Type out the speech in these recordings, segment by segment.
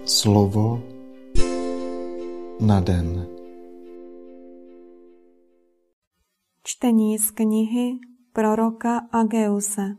Slovo na den. Čtení z knihy proroka Ageuse.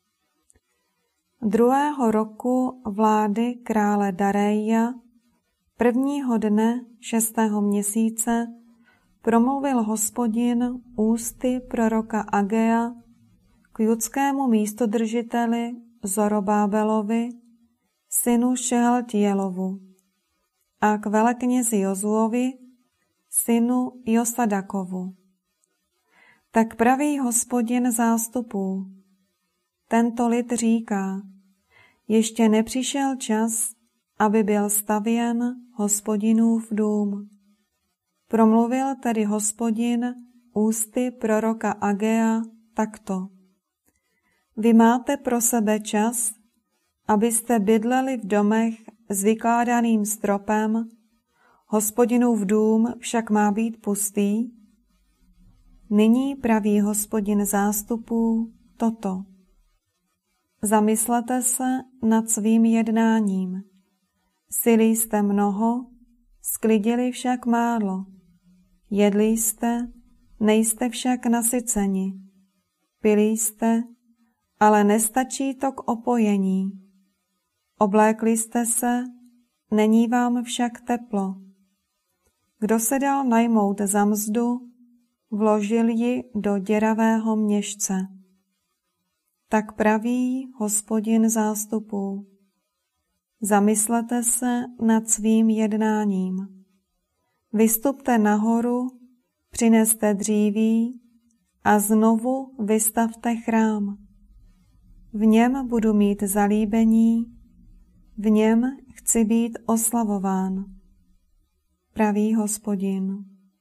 2. roku vlády krále Dareia, 1. dne 6. měsíce, promluvil Hospodin ústy proroka Agea k judskému místodržiteli Zorobábelovi, synu Šealtielovu, a k veleknězi Jozuovi, synu Josadakovu. Tak praví Hospodin zástupů: tento lid říká, ještě nepřišel čas, aby byl stavěn Hospodinův dům. Promluvil tedy Hospodin ústy proroka Agea takto: vy máte pro sebe čas, abyste bydleli v domech s vykládaným stropem, Hospodinův dům však má být pustý? Nyní praví Hospodin zástupů toto: zamyslete se nad svým jednáním. Sili jste mnoho, sklidili však málo. Jedli jste, nejste však nasyceni. Pili jste, ale nestačí to k opojení. Oblékli jste se, není vám však teplo. Kdo se dal najmout za mzdu, vložil ji do děravého měšce. Tak praví Hospodin zástupů: zamyslete se nad svým jednáním. Vystupte nahoru, přineste dříví a znovu vystavte chrám. V něm budu mít zalíbení, v něm chci být oslavován, praví Hospodin.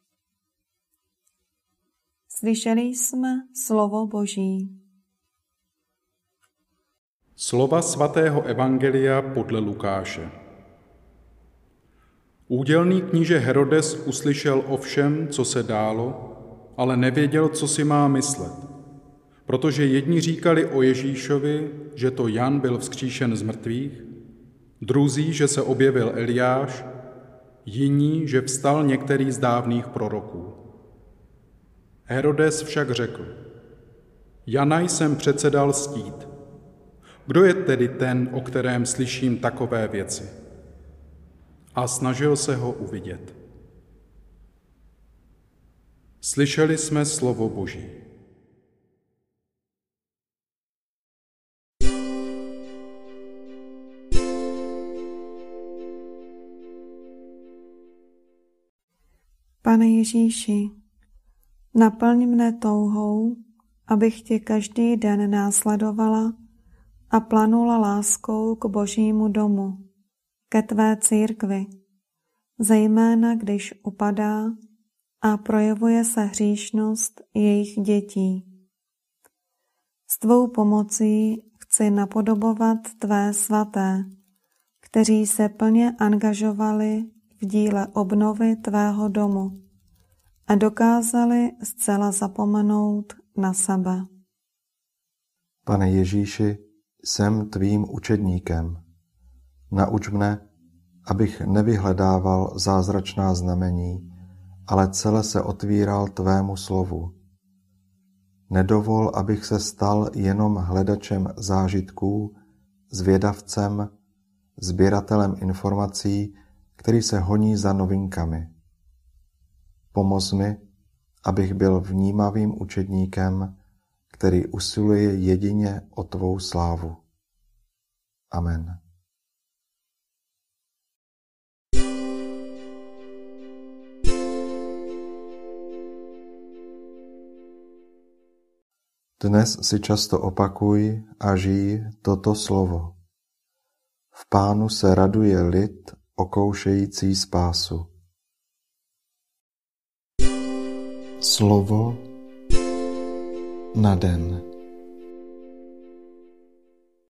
Slyšeli jsme slovo Boží. Slova svatého evangelia podle Lukáše. Údělný kníže Herodes uslyšel o všem, co se dálo, ale nevěděl, co si má myslet, protože jedni říkali o Ježíšovi, že to Jan byl vzkříšen z mrtvých, druzí, že se objevil Eliáš, jiní, že vstal některý z dávných proroků. Herodes však řekl: Jana jsem přece dal ctít. Kdo je tedy ten, o kterém slyším takové věci? A snažil se ho uvidět. Slyšeli jsme slovo Boží. Pane Ježíši, naplň mne touhou, abych tě každý den následovala a planula láskou k Božímu domu, ke tvé církvi, zejména když upadá a projevuje se hříšnost jejich dětí. S tvou pomocí chci napodobovat tvé svaté, kteří se plně angažovali v díle obnovy tvého domu a dokázali zcela zapomenout na sebe. Pane Ježíši, jsem tvým učedníkem. Nauč mne, abych nevyhledával zázračná znamení, ale celé se otvíral tvému slovu. Nedovol, abych se stal jenom hledačem zážitků, zvědavcem, sběratelem informací, který se honí za novinkami. Pomoz mi, abych byl vnímavým učedníkem, který usiluje jedině o tvou slávu. Amen. Dnes si často opakuj a žij toto slovo. V Pánu se raduje lid okoušející spásu. Slovo na den.